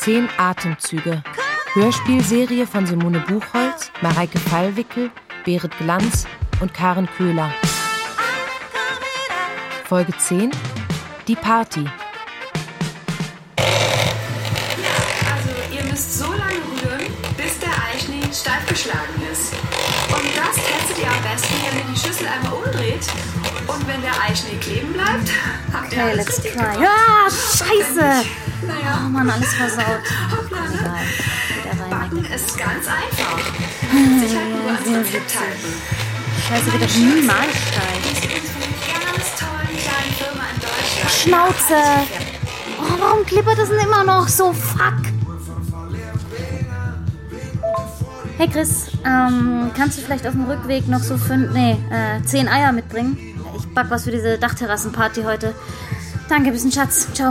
10 Atemzüge. Hörspielserie von Simone Buchholz, Mareike Fallwickel, Berit Glanz und Karen Köhler. Folge 10: Die Party. Also ihr müsst so lange rühren, bis der Eichling steif geschlagen ist. Und das testet ihr am besten, wenn ihr die Schüssel einmal umdreht. Und wenn der Eischnee kleben bleibt, habt ihr alles richtig gemacht. Ah, scheiße! Naja. Oh Mann, alles versaut. Hoppla, ne? Egal. Wieder rein. Backen ist ganz einfach. Sich halt nur ans Rezept halten. Scheiße, wird doch niemals steif. Die ist übrigens von einer ganz tollen kleinen Firma in Deutschland. Schnauze! Oh, warum klippert das denn immer noch so? Fuck! Hey Chris, kannst du vielleicht auf dem Rückweg noch so 10 Eier mitbringen? Ich back was für diese Dachterrassenparty heute. Danke, bis ein Schatz. Ciao.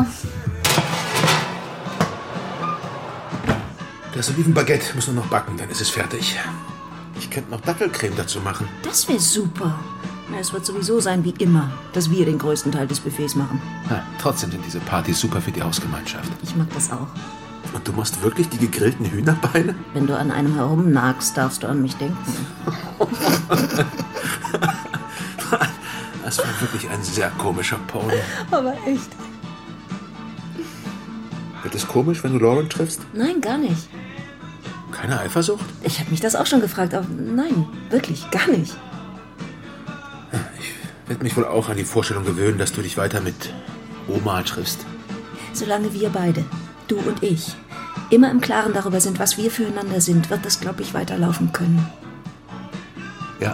Das Olivenbaguette muss nur noch backen, dann ist es fertig. Ich könnte noch Dattelcreme dazu machen. Das wäre super. Es wird sowieso sein wie immer, dass wir den größten Teil des Buffets machen. Trotzdem sind diese Partys super für die Hausgemeinschaft. Ich mag das auch. Und du machst wirklich die gegrillten Hühnerbeine? Wenn du an einem herumnagst, darfst du an mich denken. Das war wirklich ein sehr komischer Pony. Aber echt. Wird es komisch, wenn du Lauren triffst? Nein, gar nicht. Keine Eifersucht? Ich habe mich das auch schon gefragt, aber nein, wirklich, gar nicht. Ich werde mich wohl auch an die Vorstellung gewöhnen, dass du dich weiter mit Oma triffst. Solange wir beide, du und ich, immer im Klaren darüber sind, was wir füreinander sind, wird das, glaube ich, weiterlaufen können. Ja.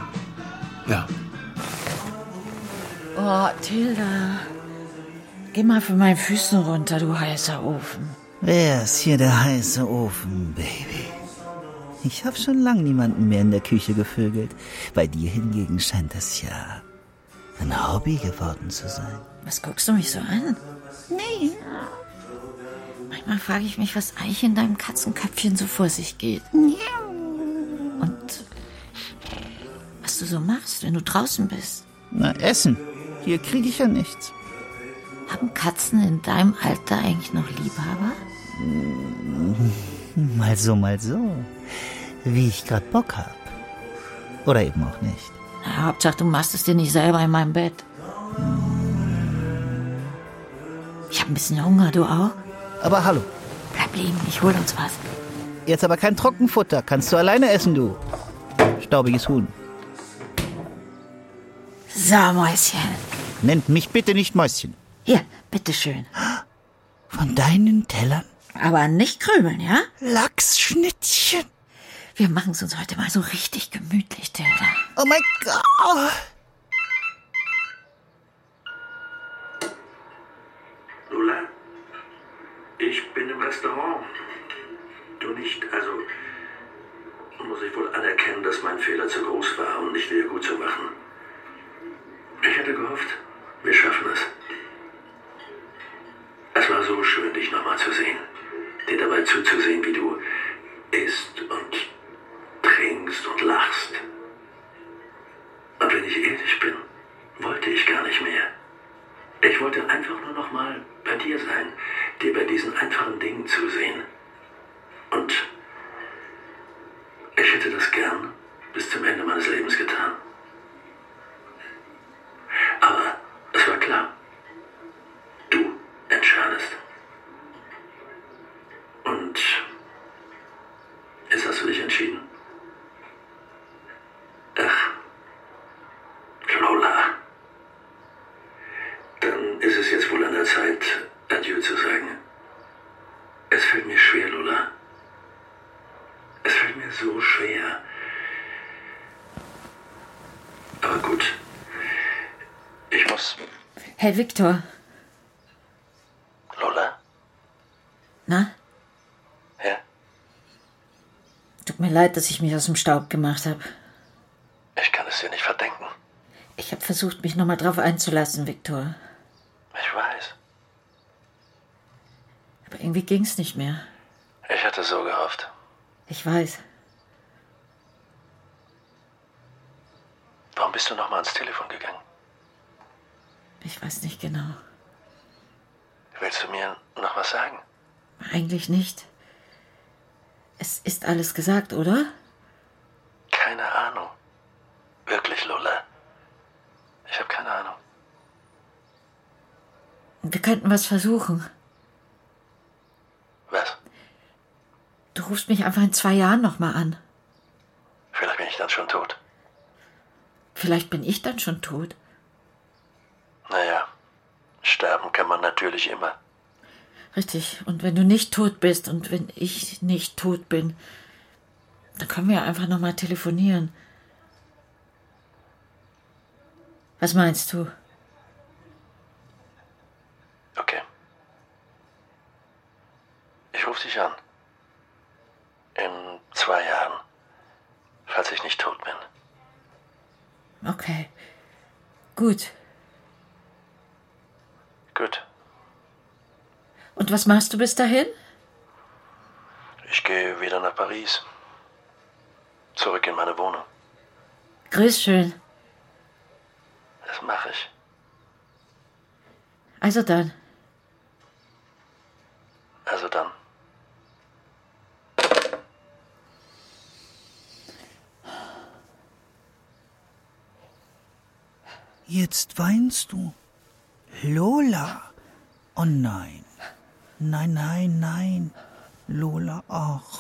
Oh, Tilda. Geh mal von meinen Füßen runter, du heißer Ofen. Wer ist hier der heiße Ofen, Baby? Ich habe schon lange niemanden mehr in der Küche gevögelt. Bei dir hingegen scheint das ja ein Hobby geworden zu sein. Was guckst du mich so an? Nee. Manchmal frage ich mich, was eigentlich in deinem Katzenköpfchen so vor sich geht. Und was du so machst, wenn du draußen bist. Na, essen. Hier kriege ich ja nichts. Haben Katzen in deinem Alter eigentlich noch Liebhaber? Mal so. Wie ich gerade Bock hab. Oder eben auch nicht. Na, Hauptsache, du machst es dir nicht selber in meinem Bett. Ich habe ein bisschen Hunger, du auch? Aber hallo. Bleib liegen, ich hol uns was. Jetzt aber kein Trockenfutter. Kannst du alleine essen, du. Staubiges Huhn. So, Mäuschen. Nennt mich bitte nicht Mäuschen. Hier, bitteschön. Von deinen Tellern? Aber nicht krümeln, ja? Lachsschnittchen. Wir machen es uns heute mal so richtig gemütlich, Tilda. Oh mein Gott. Lola, ich bin im Restaurant. Du nicht, also muss ich wohl anerkennen, dass mein Fehler zu groß war, um nicht wieder gut zu machen. Ich hatte gehofft, wir schaffen es. Es war so schön, dich nochmal zu sehen. Dir dabei zuzusehen, wie du isst und trinkst und lachst. Und wenn ich ehrlich bin, wollte ich gar nicht mehr. Ich wollte einfach nur nochmal bei dir sein, dir bei diesen einfachen Dingen zusehen. Und ich hätte das gern bis zum Ende meines Lebens getan. Aber es war klar, du entscheidest. Und jetzt hast du dich entschieden. Ach, Lola. Dann ist es jetzt wohl an der Zeit, Adieu zu sagen. Es fällt mir schwer, Lola. Es fällt mir so schwer. Aber gut. Ich muss... Hey, Viktor. Lola? Na? Ja? Tut mir leid, dass ich mich aus dem Staub gemacht habe. Ich kann es dir nicht verdenken. Ich habe versucht, mich nochmal drauf einzulassen, Viktor. Ich weiß. Aber irgendwie ging's nicht mehr. Ich hatte so gehofft. Ich weiß. Warum bist du nochmal ans Telefon gegangen? Ich weiß nicht genau. Willst du mir noch was sagen? Eigentlich nicht. Es ist alles gesagt, oder? Keine Ahnung. Wirklich, Lola. Ich habe keine Ahnung. Wir könnten was versuchen. Was? Du rufst mich einfach in 2 Jahren nochmal an. Vielleicht bin ich dann schon tot. Vielleicht bin ich dann schon tot. Naja, sterben kann man natürlich immer. Richtig. Und wenn du nicht tot bist und wenn ich nicht tot bin, dann können wir einfach nochmal telefonieren. Was meinst du? Okay. Ich rufe dich an. In 2 Jahren. Falls ich nicht tot bin. Okay. Gut. Gut. Und was machst du bis dahin? Ich gehe wieder nach Paris. Zurück in meine Wohnung. Grüß schön. Das mache ich. Also dann. Also dann. Jetzt weinst du. Lola. Oh nein. Nein, nein, nein. Lola auch.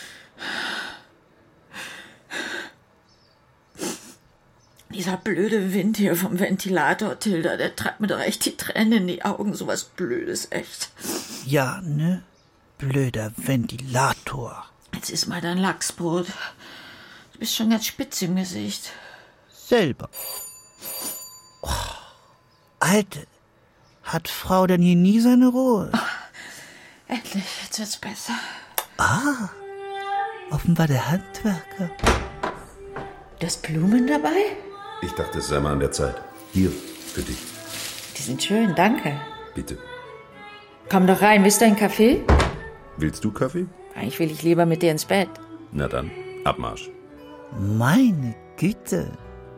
Dieser blöde Wind hier vom Ventilator, Tilda, der treibt mir doch echt die Tränen in die Augen. So was Blödes, echt. Ja, ne? Blöder Ventilator. Jetzt iss mal dein Lachsbrot. Du bist schon ganz spitz im Gesicht. Selber. Oh, Alte, hat Frau denn hier nie seine Ruhe? Endlich, jetzt wird's besser. Ah, offenbar der Handwerker. Du hast Blumen dabei? Ich dachte, es sei mal an der Zeit. Hier, für dich. Die sind schön, danke. Bitte. Komm doch rein, willst du einen Kaffee? Willst du Kaffee? Eigentlich will ich lieber mit dir ins Bett. Na dann, Abmarsch. Meine Güte.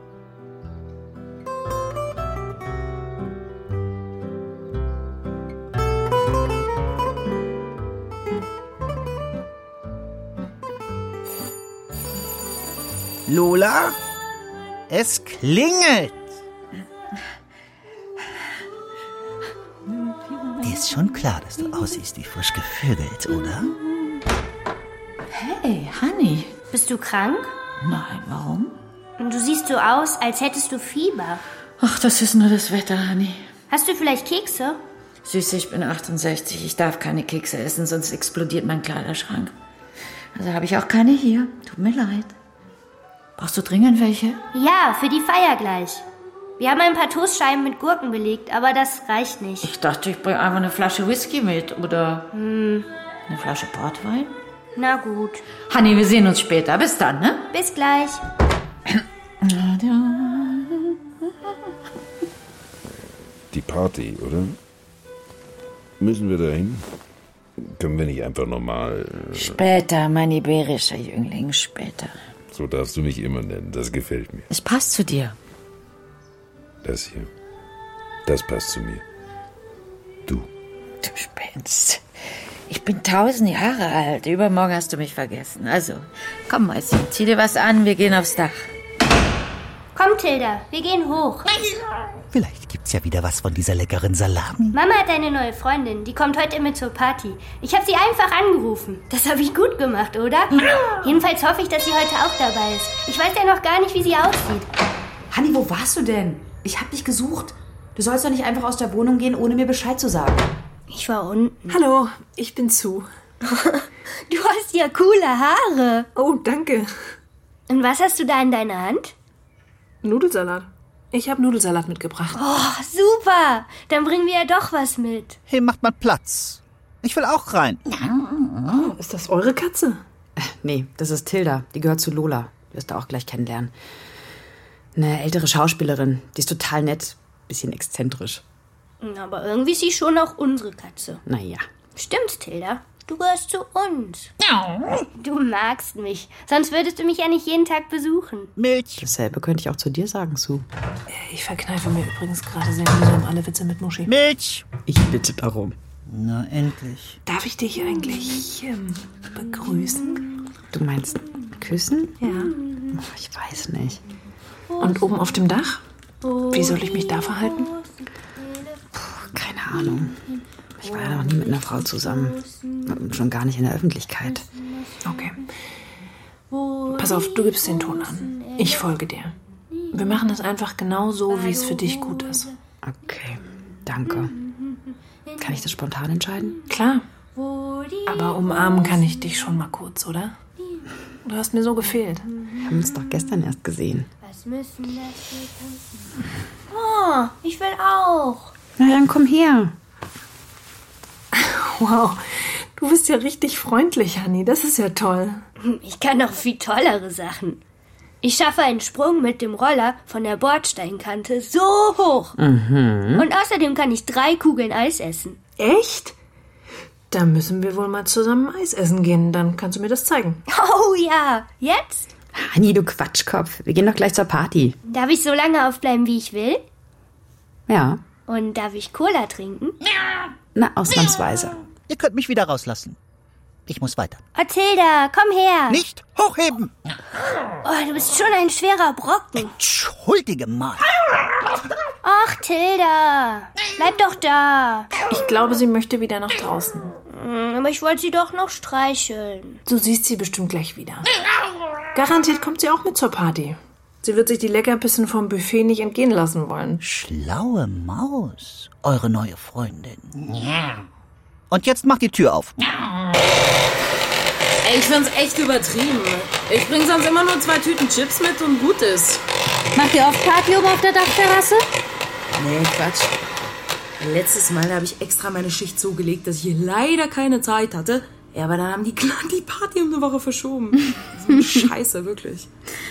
Lola, es klingelt. Dir ist schon klar, dass du aussiehst wie frisch gevögelt, oder? Hey, Honey. Bist du krank? Nein, warum? Du siehst so aus, als hättest du Fieber. Ach, das ist nur das Wetter, Honey. Hast du vielleicht Kekse? Süße, ich bin 68. Ich darf keine Kekse essen, sonst explodiert mein Kleiderschrank. Also habe ich auch keine hier. Tut mir leid. Brauchst du dringend welche? Ja, für die Feier gleich. Wir haben ein paar Toastscheiben mit Gurken belegt, aber das reicht nicht. Ich dachte, ich bringe einfach eine Flasche Whisky mit. Oder eine Flasche Portwein. Na gut. Honey, wir sehen uns später. Bis dann, ne? Bis gleich. Die Party, oder? Müssen wir dahin? Können wir nicht einfach normal... Später, mein iberischer Jüngling, später. So darfst du mich immer nennen, das gefällt mir. Es passt zu dir. Das hier, das passt zu mir. Du. Du spinnst. Ich bin 1000 Jahre alt. Übermorgen hast du mich vergessen. Also, komm, Mäuschen, zieh dir was an, wir gehen aufs Dach. Komm, Tilda, wir gehen hoch. Vielleicht gibt's ja wieder was von dieser leckeren Salami. Mama hat eine neue Freundin, die kommt heute mit zur Party. Ich habe sie einfach angerufen. Das habe ich gut gemacht, oder? Jedenfalls hoffe ich, dass sie heute auch dabei ist. Ich weiß ja noch gar nicht, wie sie aussieht. Hanni, wo warst du denn? Ich hab dich gesucht. Du sollst doch nicht einfach aus der Wohnung gehen, ohne mir Bescheid zu sagen. Ich war unten. Hallo, ich bin Sue. Du hast ja coole Haare. Oh, danke. Und was hast du da in deiner Hand? Nudelsalat. Ich habe Nudelsalat mitgebracht. Oh, super. Dann bringen wir ja doch was mit. Hey, macht mal Platz. Ich will auch rein. Oh, ist das eure Katze? Nee, das ist Tilda. Die gehört zu Lola. Die wirst du auch gleich kennenlernen. Eine ältere Schauspielerin. Die ist total nett. Bisschen exzentrisch. Aber irgendwie ist sie schon auch unsere Katze. Naja. Stimmt, Tilda. Du gehörst zu uns. Du magst mich. Sonst würdest du mich ja nicht jeden Tag besuchen. Milch. Dasselbe könnte ich auch zu dir sagen, Sue. Ich verkneife mir übrigens gerade sehr mühsam alle Witze mit Muschi. Milch. Ich bitte darum. Na, endlich. Darf ich dich eigentlich begrüßen? Du meinst küssen? Ja. Ich weiß nicht. Und oben auf dem Dach? Wie soll ich mich da verhalten? Keine Ahnung. Ich war ja noch nie mit einer Frau zusammen. Und schon gar nicht in der Öffentlichkeit. Okay. Pass auf, du gibst den Ton an. Ich folge dir. Wir machen es einfach genau so, wie es für dich gut ist. Okay, danke. Kann ich das spontan entscheiden? Klar. Aber umarmen kann ich dich schon mal kurz, oder? Du hast mir so gefehlt. Wir haben uns doch gestern erst gesehen. Oh, ich will auch. Na dann komm her. Wow, du bist ja richtig freundlich, Hanni. Das ist ja toll. Ich kann noch viel tollere Sachen. Ich schaffe einen Sprung mit dem Roller von der Bordsteinkante so hoch. Und außerdem kann ich 3 Kugeln Eis essen. Echt? Da müssen wir wohl mal zusammen Eis essen gehen. Dann kannst du mir das zeigen. Oh ja, jetzt? Hanni, du Quatschkopf. Wir gehen doch gleich zur Party. Darf ich so lange aufbleiben, wie ich will? Ja. Und darf ich Cola trinken? Na, ausnahmsweise. Ihr könnt mich wieder rauslassen. Ich muss weiter. Mathilda, komm her. Nicht hochheben! Oh, du bist schon ein schwerer Brocken. Entschuldige mal. Ach, Tilda, bleib doch da. Ich glaube, sie möchte wieder nach draußen. Aber ich wollte sie doch noch streicheln. Du siehst sie bestimmt gleich wieder. Garantiert kommt sie auch mit zur Party. Sie wird sich die Leckerbissen vom Buffet nicht entgehen lassen wollen. Schlaue Maus, eure neue Freundin. Und jetzt macht die Tür auf. Ey, ich find's echt übertrieben. Ich bring sonst immer nur 2 Tüten Chips mit und gut ist. Macht ihr oft Party oben auf der Dachterrasse? Nee, Quatsch. Letztes Mal habe ich extra meine Schicht so gelegt, dass ich hier leider keine Zeit hatte. Ja, aber dann haben die Clan die Party um eine Woche verschoben. So eine Scheiße, wirklich.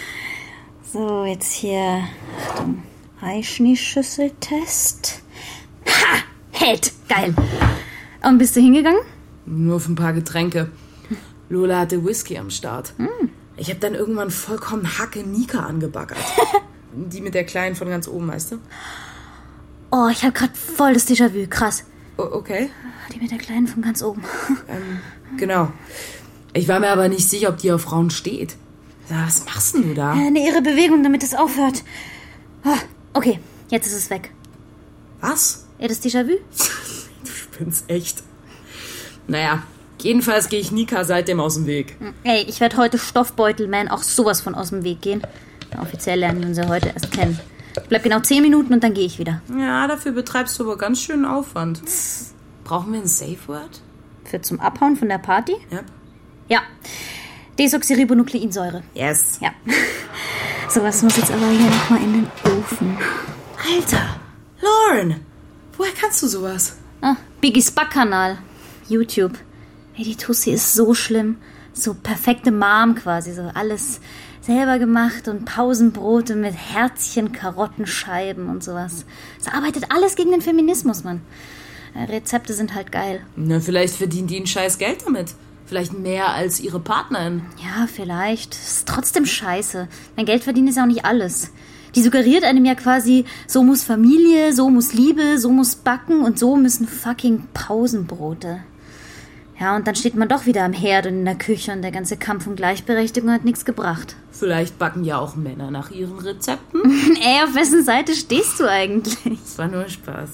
So, jetzt hier. Achtung. Eischnee-Schüsseltest. Ha! Held! Geil. Und bist du hingegangen? Nur auf ein paar Getränke. Lola hatte Whisky am Start. Ich habe dann irgendwann vollkommen Hacke Nika angebaggert. Die mit der Kleinen von ganz oben, weißt du? Oh, ich habe gerade voll das Déjà-vu. Krass. Okay. Die mit der Kleinen von ganz oben. Genau. Ich war mir aber nicht sicher, ob die auf Frauen steht. Ja, was machst denn du da? Eine irre Bewegung, damit es aufhört. Oh, okay, jetzt ist es weg. Was? Ja, das Déjà-vu? Du spinnst echt. Naja, jedenfalls gehe ich Nika seitdem aus dem Weg. Ey, ich werde heute Stoffbeutelman auch sowas von aus dem Weg gehen. Offiziell lernen wir uns ja heute erst kennen. Ich bleib genau 10 Minuten und dann gehe ich wieder. Ja, dafür betreibst du aber ganz schönen Aufwand. Brauchen wir ein Safe Word? Für zum Abhauen von der Party? Ja. Ja. Desoxyribonukleinsäure. Yes. Ja. Sowas muss jetzt aber hier nochmal in den Ofen. Alter, Lauren, woher kannst du sowas? Ah, Biggies Backkanal. YouTube. Ey, die Tussi ist so schlimm. So perfekte Mom quasi. So alles selber gemacht und Pausenbrote mit Herzchen, Karottenscheiben und sowas. Das arbeitet alles gegen den Feminismus, Mann. Rezepte sind halt geil. Na, vielleicht verdient die ein scheiß Geld damit. Vielleicht mehr als ihre Partnerin. Ja, vielleicht. Ist trotzdem scheiße. Mein Geld verdienen ist ja auch nicht alles. Die suggeriert einem ja quasi, so muss Familie, so muss Liebe, so muss Backen und so müssen fucking Pausenbrote. Ja, und dann steht man doch wieder am Herd und in der Küche und der ganze Kampf um Gleichberechtigung hat nichts gebracht. Vielleicht backen ja auch Männer nach ihren Rezepten. Ey, auf wessen Seite stehst du eigentlich? Das war nur Spaß.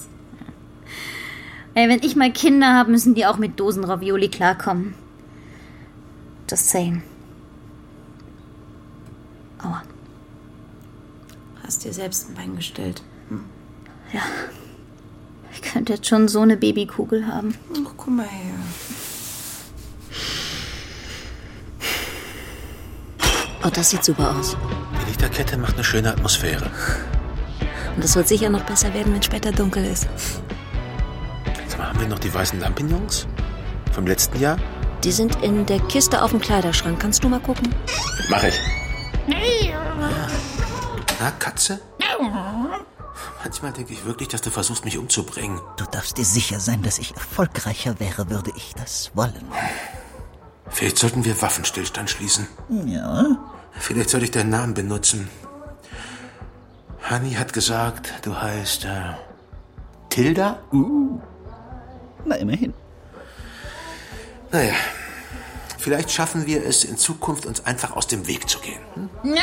Ey, wenn ich mal Kinder habe, müssen die auch mit Dosenravioli klarkommen. Just saying. Aua. Hast dir selbst ein Bein gestellt. Ja. Ich könnte jetzt schon so eine Babykugel haben. Ach, guck mal her. Oh, das sieht super aus. Die Lichterkette macht eine schöne Atmosphäre. Und es wird sicher noch besser werden, wenn später dunkel ist. Sag mal, haben wir noch die weißen Lampignons? Vom letzten Jahr? Die sind in der Kiste auf dem Kleiderschrank. Kannst du mal gucken? Mach ich. Na, Katze? Manchmal denke ich wirklich, dass du versuchst, mich umzubringen. Du darfst dir sicher sein, dass ich erfolgreicher wäre, würde ich das wollen. Vielleicht sollten wir Waffenstillstand schließen. Ja? Vielleicht sollte ich deinen Namen benutzen. Hanni hat gesagt, du heißt Tilda? Na, immerhin. Naja, vielleicht schaffen wir es in Zukunft, uns einfach aus dem Weg zu gehen. Naja,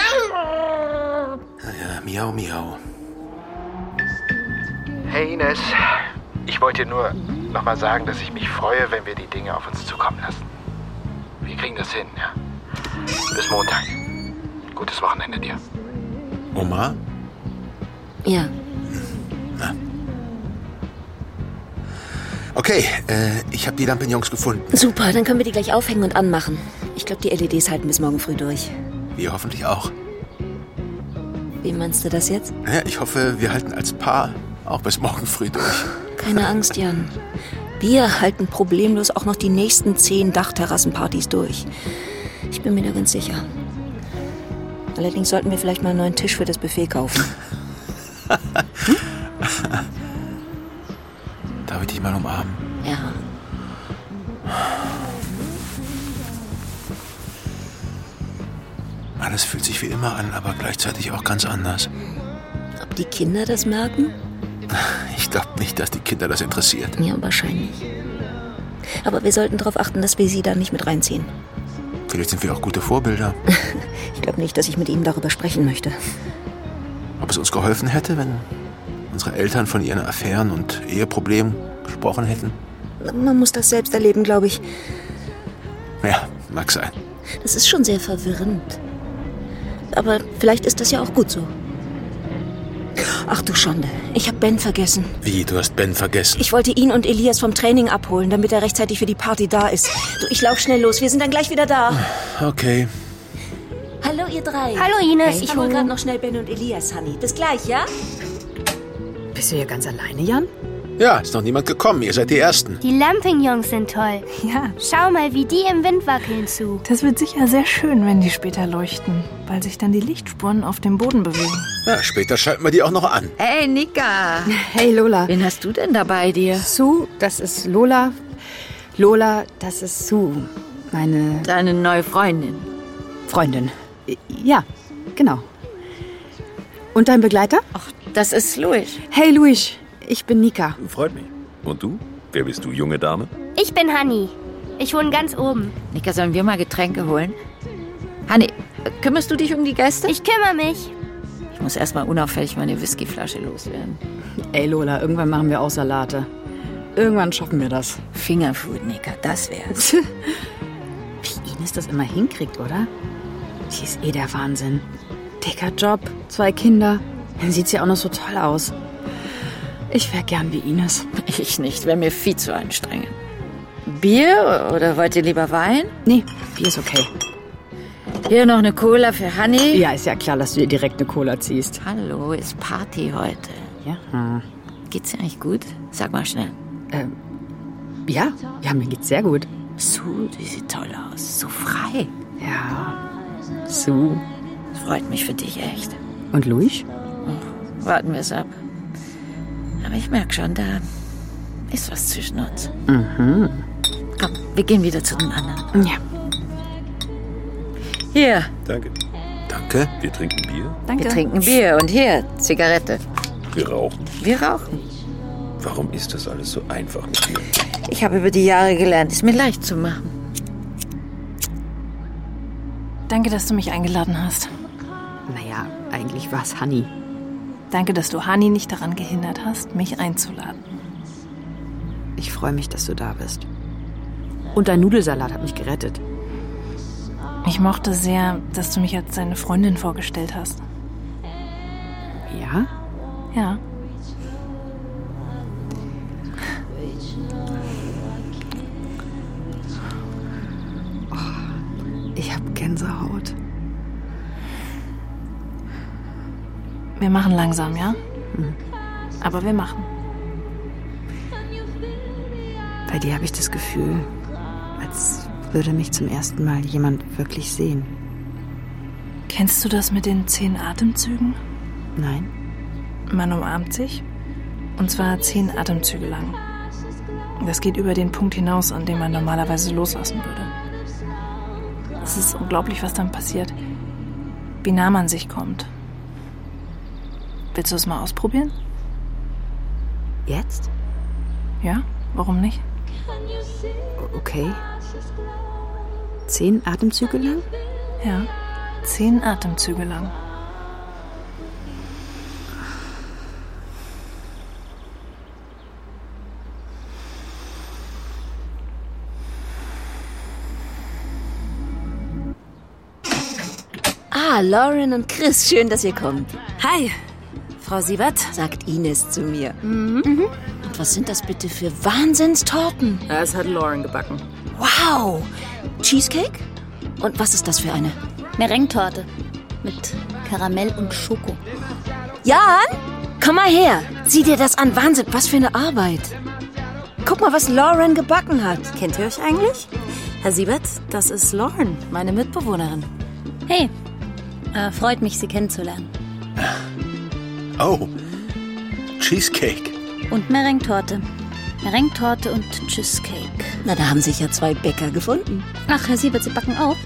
miau, miau. Hey Ines, ich wollte dir nur nochmal sagen, dass ich mich freue, wenn wir die Dinge auf uns zukommen lassen. Wir kriegen das hin, ja. Bis Montag. Gutes Wochenende dir. Oma? Ja. Na. Okay, ich habe die Lampignons gefunden. Super, dann können wir die gleich aufhängen und anmachen. Ich glaube, die LEDs halten bis morgen früh durch. Wir hoffentlich auch. Wie meinst du das jetzt? Naja, ich hoffe, wir halten als Paar auch bis morgen früh durch. Keine Angst, Jan. Wir halten problemlos auch noch die nächsten 10 Dachterrassenpartys durch. Ich bin mir da ganz sicher. Allerdings sollten wir vielleicht mal einen neuen Tisch für das Buffet kaufen. Darf ich dich mal umarmen? Ja. Alles fühlt sich wie immer an, aber gleichzeitig auch ganz anders. Ob die Kinder das merken? Ich glaube nicht, dass die Kinder das interessiert. Ja, wahrscheinlich. Aber wir sollten darauf achten, dass wir sie da nicht mit reinziehen. Vielleicht sind wir auch gute Vorbilder. Ich glaube nicht, dass ich mit ihnen darüber sprechen möchte. Ob es uns geholfen hätte, wenn unsere Eltern von ihren Affären und Eheproblemen gesprochen hätten? Man muss das selbst erleben, glaube ich. Ja, mag sein. Das ist schon sehr verwirrend. Aber vielleicht ist das ja auch gut so. Ach du Schande, ich habe Ben vergessen. Wie, du hast Ben vergessen? Ich wollte ihn und Elias vom Training abholen, damit er rechtzeitig für die Party da ist. Du, ich lauf schnell los, wir sind dann gleich wieder da. Okay. Hallo ihr 3. Hallo Ines. Hey, ich hole gerade noch schnell Ben und Elias, Honey. Bis gleich, ja? Bist du hier ganz alleine, Jan? Ja, ist noch niemand gekommen. Ihr seid die Ersten. Die Lampignons sind toll. Ja. Schau mal, wie die im Wind wackeln zu. Das wird sicher sehr schön, wenn die später leuchten, weil sich dann die Lichtspuren auf dem Boden bewegen. Ja, später schalten wir die auch noch an. Hey, Nika. Hey, Lola. Wen hast du denn da bei dir? Sue, das ist Lola. Lola, das ist Sue. Meine... Deine neue Freundin. Freundin. Ja, genau. Und dein Begleiter? Ach, das ist Luis. Hey, Luis. Ich bin Nika. Freut mich. Und du? Wer bist du, junge Dame? Ich bin Hanni. Ich wohne ganz oben. Nika, sollen wir mal Getränke holen? Hanni, kümmerst du dich um die Gäste? Ich kümmere mich. Ich muss erstmal unauffällig meine Whiskyflasche loswerden. Ey, Lola, irgendwann machen wir auch Salate. Irgendwann schaffen wir das. Fingerfood, Nika, das wär's. Wie Ines das immer hinkriegt, oder? Die ist eh der Wahnsinn. Dicker Job, 2 Kinder. Dann sieht sie auch noch so toll aus. Ich wäre gern wie Ines. Ich nicht, wäre mir viel zu anstrengend. Bier oder wollt ihr lieber Wein? Nee, Bier ist okay. Hier noch eine Cola für Hanni. Ja, ist ja klar, dass du dir direkt eine Cola ziehst. Hallo, ist Party heute. Ja. Geht's dir eigentlich gut? Sag mal schnell. Ja, mir geht's sehr gut. Sue, die sieht toll aus. So frei. Ja, Sue. Freut mich für dich echt. Und Luis? Warten wir es ab. Aber ich merke schon, da ist was zwischen uns. Mhm. Komm, wir gehen wieder zu den anderen. Ja. Hier. Danke. Danke. Wir trinken Bier? Danke. Wir trinken Bier und hier, Zigarette. Wir rauchen. Wir rauchen. Warum ist das alles so einfach mit dir? Ich habe über die Jahre gelernt, es mir leicht zu machen. Danke, dass du mich eingeladen hast. Naja, eigentlich war es Hanni. Danke, dass du Hanni nicht daran gehindert hast, mich einzuladen. Ich freue mich, dass du da bist. Und dein Nudelsalat hat mich gerettet. Ich mochte sehr, dass du mich als deine Freundin vorgestellt hast. Ja? Ja. Ich habe Gänsehaut. Wir machen langsam, ja? Aber wir machen. Bei dir habe ich das Gefühl, als würde mich zum ersten Mal jemand wirklich sehen. Kennst du das mit den 10 Atemzügen? Nein. Man umarmt sich, und zwar 10 Atemzüge lang. Das geht über den Punkt hinaus, an dem man normalerweise loslassen würde. Es ist unglaublich, was dann passiert. Wie nah man sich kommt. Willst du es mal ausprobieren? Jetzt? Ja? Warum nicht? Okay. 10 Atemzüge lang? Ja, 10 Atemzüge lang. Ah, Lauren und Chris, schön, dass ihr kommt. Hi, Frau Siebert, sagt Ines zu mir. Und was sind das bitte für Wahnsinnstorten? Das hat Lauren gebacken. Wow! Cheesecake? Und was ist das für eine? Meringue-Torte mit Karamell und Schoko. Jan, komm mal her. Sieh dir das an. Wahnsinn, was für eine Arbeit. Guck mal, was Lauren gebacken hat. Kennt ihr euch eigentlich? Herr Siebert, das ist Lauren, meine Mitbewohnerin. Hey, freut mich, Sie kennenzulernen. Oh, Cheesecake. Und Meringue-Torte. Meringue-Torte und Cheesecake. Na, da haben sich ja 2 Bäcker gefunden. Ach, Herr Siebert, Sie backen auch?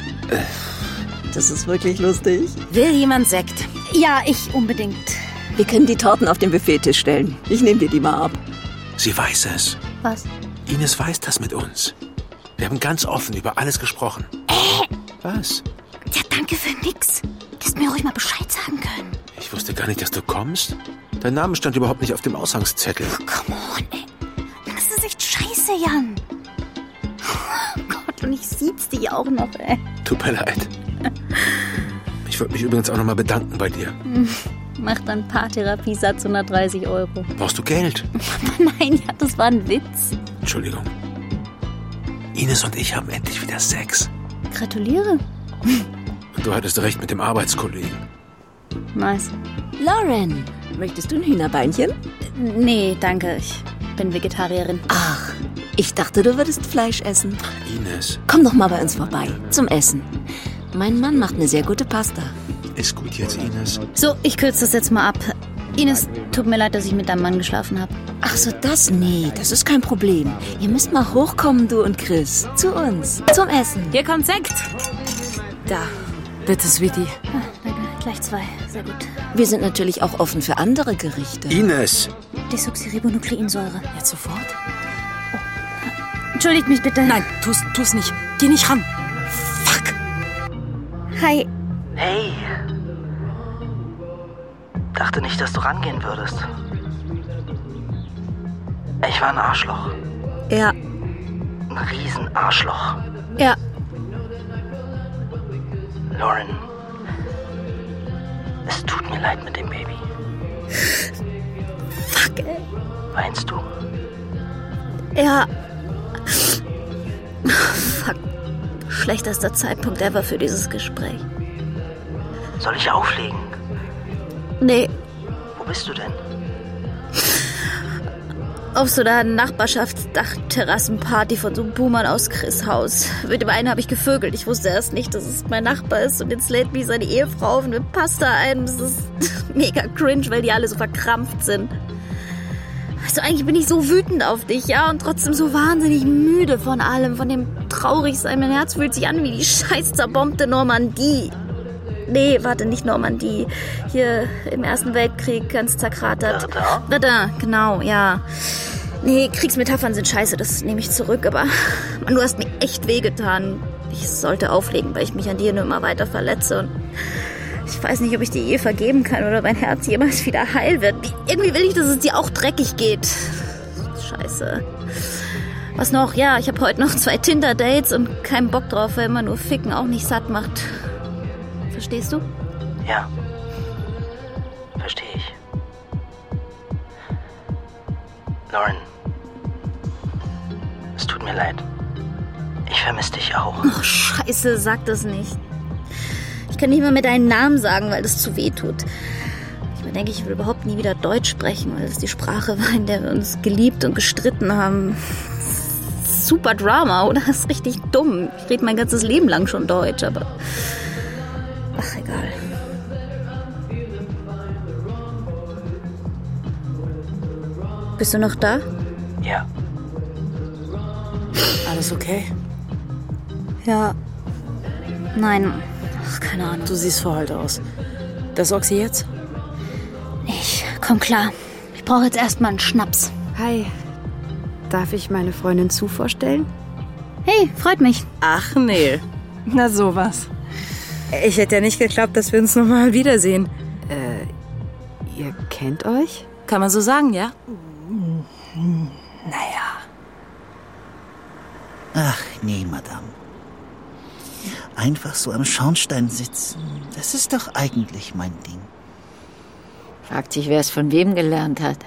Das ist wirklich lustig. Will jemand Sekt? Ja, ich unbedingt. Wir können die Torten auf den Buffettisch stellen. Ich nehme dir die mal ab. Sie weiß es. Was? Ines weiß das mit uns. Wir haben ganz offen über alles gesprochen. Was? Ja, danke für nix. Du hättest mir ruhig mal Bescheid sagen können. Ich wusste gar nicht, dass du kommst. Dein Name stand überhaupt nicht auf dem Ausgangszettel. Oh, come on, ey. Das ist echt scheiße, Jan. Oh Gott, und ich sieh's dich auch noch, ey. Tut mir leid. Ich wollte mich übrigens auch nochmal bedanken bei dir. Macht dann Paartherapiesatz 130 €. Brauchst du Geld? Nein, ja, das war ein Witz. Entschuldigung. Ines und ich haben endlich wieder Sex. Gratuliere. Und du hattest recht mit dem Arbeitskollegen. Nice. Lauren, möchtest du ein Hühnerbeinchen? Nee, danke. Ich bin Vegetarierin. Ach, ich dachte, du würdest Fleisch essen. Ines. Komm doch mal bei uns vorbei, zum Essen. Mein Mann macht eine sehr gute Pasta. Ist gut jetzt, Ines. So, ich kürze das jetzt mal ab. Ines, tut mir leid, dass ich mit deinem Mann geschlafen habe. Ach so, das? Nee, das ist kein Problem. Ihr müsst mal hochkommen, du und Chris. Zu uns, zum Essen. Hier kommt Sekt. Da, bitte, Sweetie. Ah, danke, gleich 2. Sehr gut. Wir sind natürlich auch offen für andere Gerichte. Ines! Desoxyribonukleinsäure. Jetzt sofort? Oh. Entschuldigt mich bitte. Nein, tu's nicht. Geh nicht ran. Fuck. Hi. Hey. Dachte nicht, dass du rangehen würdest. Ich war ein Arschloch. Ja. Ein Riesenarschloch. Ja. Lauren, es tut mir leid mit dem Baby. Fuck, ey. Weinst du? Ja. Fuck. Schlechtester Zeitpunkt ever für dieses Gespräch. Soll ich auflegen? Nee. Wo bist du denn? Auf so einer Nachbarschaftsdachterrassenparty von so einem Boomern aus Chris' Haus. Mit dem einen habe ich gevögelt. Ich wusste erst nicht, dass es mein Nachbar ist. Und jetzt lädt mich seine Ehefrau auf mit Pasta ein. Das ist mega cringe, weil die alle so verkrampft sind. Also eigentlich bin ich so wütend auf dich, ja? Und trotzdem so wahnsinnig müde von allem. Von dem Traurigsein. Mein Herz fühlt sich an wie die scheiß zerbombte Normandie. Nee, warte, nicht Normandie. Hier im Ersten Weltkrieg ganz zerkratert. Verdun, genau, ja. Nee, Kriegsmetaphern sind scheiße, das nehme ich zurück. Aber Mann, du hast mir echt wehgetan. Ich sollte auflegen, weil ich mich an dir nur immer weiter verletze. Und ich weiß nicht, ob ich dir je vergeben kann oder mein Herz jemals wieder heil wird. Irgendwie will ich, dass es dir auch dreckig geht. Scheiße. Was noch? Ja, ich habe heute noch 2 Tinder-Dates und keinen Bock drauf, weil immer nur Ficken auch nicht satt macht. Verstehst du? Ja. Verstehe ich. Lauren, es tut mir leid. Ich vermisse dich auch. Oh, scheiße, sag das nicht. Ich kann nicht mal mehr deinen Namen sagen, weil das zu weh tut. Ich denke, ich will überhaupt nie wieder Deutsch sprechen, weil das die Sprache war, in der wir uns geliebt und gestritten haben. Super Drama, oder? Das ist richtig dumm. Ich rede mein ganzes Leben lang schon Deutsch, aber... Ach, egal. Bist du noch da? Ja. Alles okay? Ja. Nein. Ach, keine Ahnung. Du siehst verheult aus. Das Oxy jetzt? Ich komm klar. Ich brauche jetzt erstmal einen Schnaps. Hi. Darf ich meine Freundin Sue vorstellen? Hey, freut mich. Ach nee. Na sowas. Ich hätte ja nicht geglaubt, dass wir uns nochmal wiedersehen. Ihr kennt euch? Kann man so sagen, ja? Naja. Ach nee, Madame. Einfach so am Schornstein sitzen, das ist doch eigentlich mein Ding. Fragt sich, wer es von wem gelernt hat.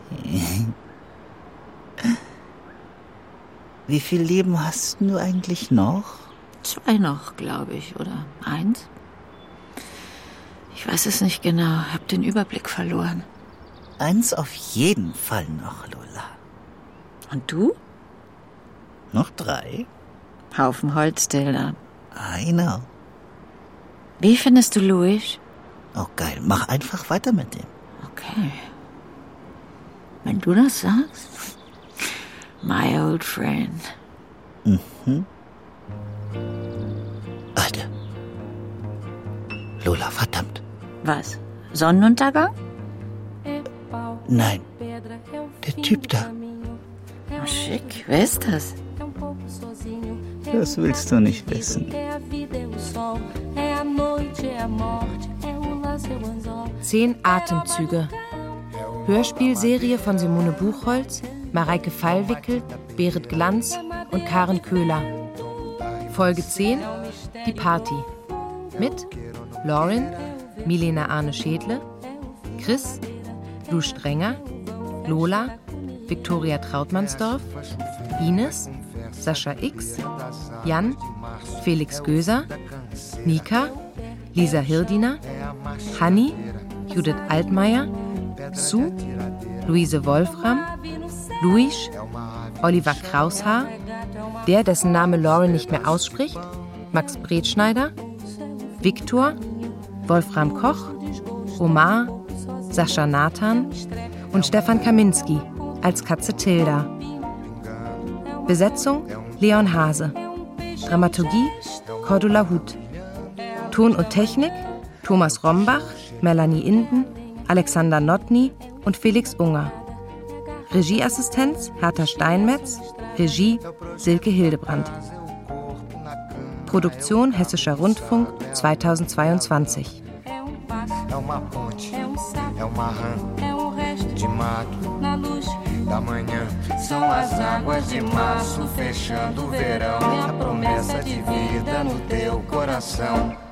Wie viel Leben hast du eigentlich noch? 2 noch, glaube ich, oder 1? Ich weiß es nicht genau, hab den Überblick verloren. 1 auf jeden Fall noch, Lola. Und du? Noch 3? Haufen Holz, Tilda. I know. Wie findest du Louis? Oh geil, mach einfach weiter mit dem. Okay. Wenn du das sagst. My old friend. Mhm. Alter. Lola, verdammt. Was? Sonnenuntergang? Nein. Der Typ da. Oh, schick. Wer ist das? Das willst du nicht wissen. 10 Atemzüge. Hörspielserie von Simone Buchholz, Mareike Fallwickel, Berit Glanz und Karen Köhler. Folge 10, die Party. Mit Lauren, Milena Arne-Schädle, Chris, Lou Strenger, Lola, Viktoria Trautmannsdorf, Ines, Sascha X, Jan, Felix Göser, Nika, Lisa Hirdiner, Hanni, Judith Altmaier, Sue, Luise Wolfram, Luis, Oliver Kraushaar, der, dessen Name Lauren nicht mehr ausspricht, Max Bretschneider, Viktor, Wolfram Koch, Omar, Sascha Nathan und Stefan Kaminski als Katze Tilda. Besetzung Leon Hase. Dramaturgie Cordula Huth. Ton und Technik Thomas Rombach, Melanie Inden, Alexander Notny und Felix Unger. Regieassistenz Hertha Steinmetz, Regie Silke Hildebrandt. Produktion Hessischer Rundfunk 2022. É uma ponte, é uma rã de mato na luz da manhã. São as águas de março fechando o verão, a promessa de vida no teu coração.